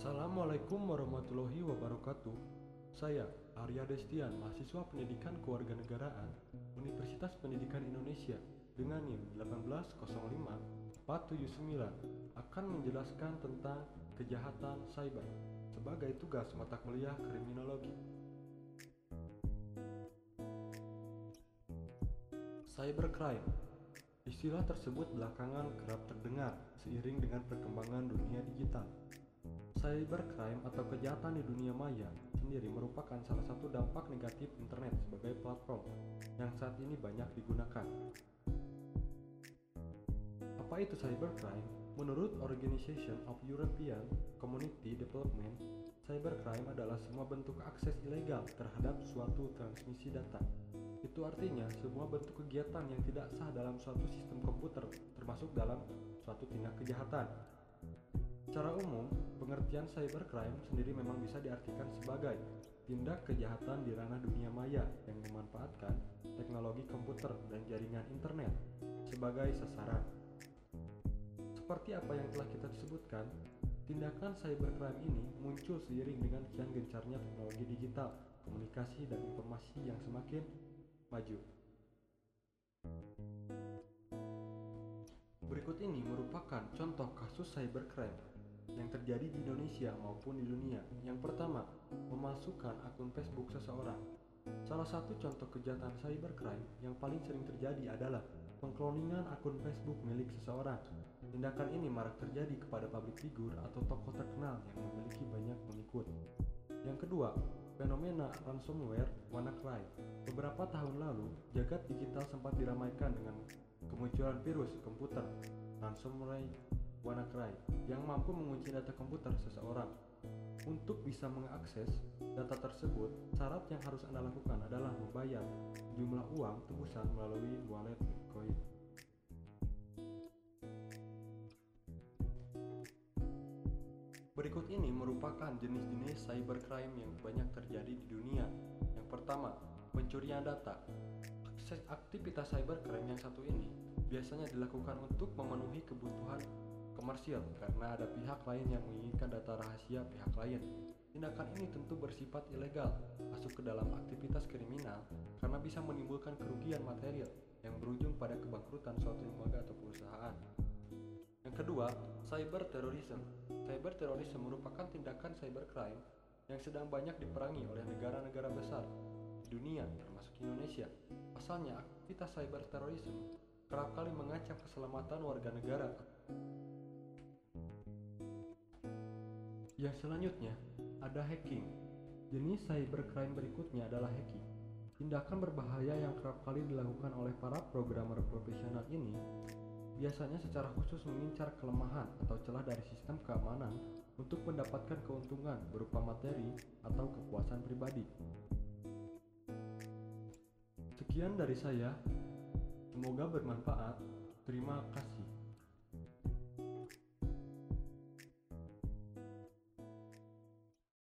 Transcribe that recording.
Assalamualaikum warahmatullahi wabarakatuh. Saya Arya Destian, mahasiswa Pendidikan Kewarganegaraan Universitas Pendidikan Indonesia dengan NIM 1805479 akan menjelaskan tentang kejahatan cyber sebagai tugas mata kuliah kriminologi. Cybercrime. Istilah tersebut belakangan kerap terdengar seiring dengan perkembangan dunia digital. Cybercrime atau kejahatan di dunia maya sendiri merupakan salah satu dampak negatif internet sebagai platform yang saat ini banyak digunakan. Apa itu cybercrime? Menurut Organization of European Community Development, cybercrime adalah semua bentuk akses ilegal terhadap suatu transmisi data. Itu artinya semua bentuk kegiatan yang tidak sah dalam suatu sistem komputer termasuk dalam suatu tindak kejahatan. Secara umum, pengertian cybercrime sendiri memang bisa diartikan sebagai tindak kejahatan di ranah dunia maya yang memanfaatkan teknologi komputer dan jaringan internet sebagai sasaran. Seperti apa yang telah kita sebutkan, tindakan cybercrime ini muncul seiring dengan kian gencarnya teknologi digital, komunikasi, dan informasi yang semakin maju. Berikut ini merupakan contoh kasus cybercrime yang terjadi di Indonesia maupun di dunia. Yang pertama, memasukkan akun Facebook seseorang. Salah satu contoh kejahatan cybercrime yang paling sering terjadi adalah pengkloningan akun Facebook milik seseorang. Tindakan ini marak terjadi kepada public figure atau tokoh terkenal yang memiliki banyak pengikut. Yang kedua, fenomena ransomware WannaCry. Beberapa tahun lalu, jagat digital sempat diramaikan dengan kemunculan virus komputer ransomware WannaCry yang mampu mengunci data komputer seseorang. Untuk bisa mengakses data tersebut, syarat yang harus Anda lakukan adalah membayar jumlah uang tebusan melalui wallet Bitcoin. Berikut ini merupakan jenis-jenis cybercrime yang banyak terjadi di dunia. Yang pertama, pencurian data. Aktivitas cybercrime yang satu ini biasanya dilakukan untuk memenuhi kebutuhan komersial karena ada pihak lain yang menginginkan data rahasia pihak lain. Tindakan ini tentu bersifat ilegal, masuk ke dalam aktivitas kriminal karena bisa menimbulkan kerugian material yang berujung pada kebangkrutan suatu lembaga atau perusahaan. Yang kedua, cyberterrorism. Cyberterrorism merupakan tindakan cybercrime yang sedang banyak diperangi oleh negara-negara besar di dunia termasuk Indonesia. Pasalnya, aktivitas cyberterrorism kerap kali mengancam keselamatan warga negara. Yang selanjutnya, ada hacking. Jenis cybercrime berikutnya adalah hacking. Tindakan berbahaya yang kerap kali dilakukan oleh para programmer profesional ini biasanya secara khusus mengincar kelemahan atau celah dari sistem keamanan untuk mendapatkan keuntungan berupa materi atau kepuasan pribadi. Sekian dari saya, semoga bermanfaat. Terima kasih.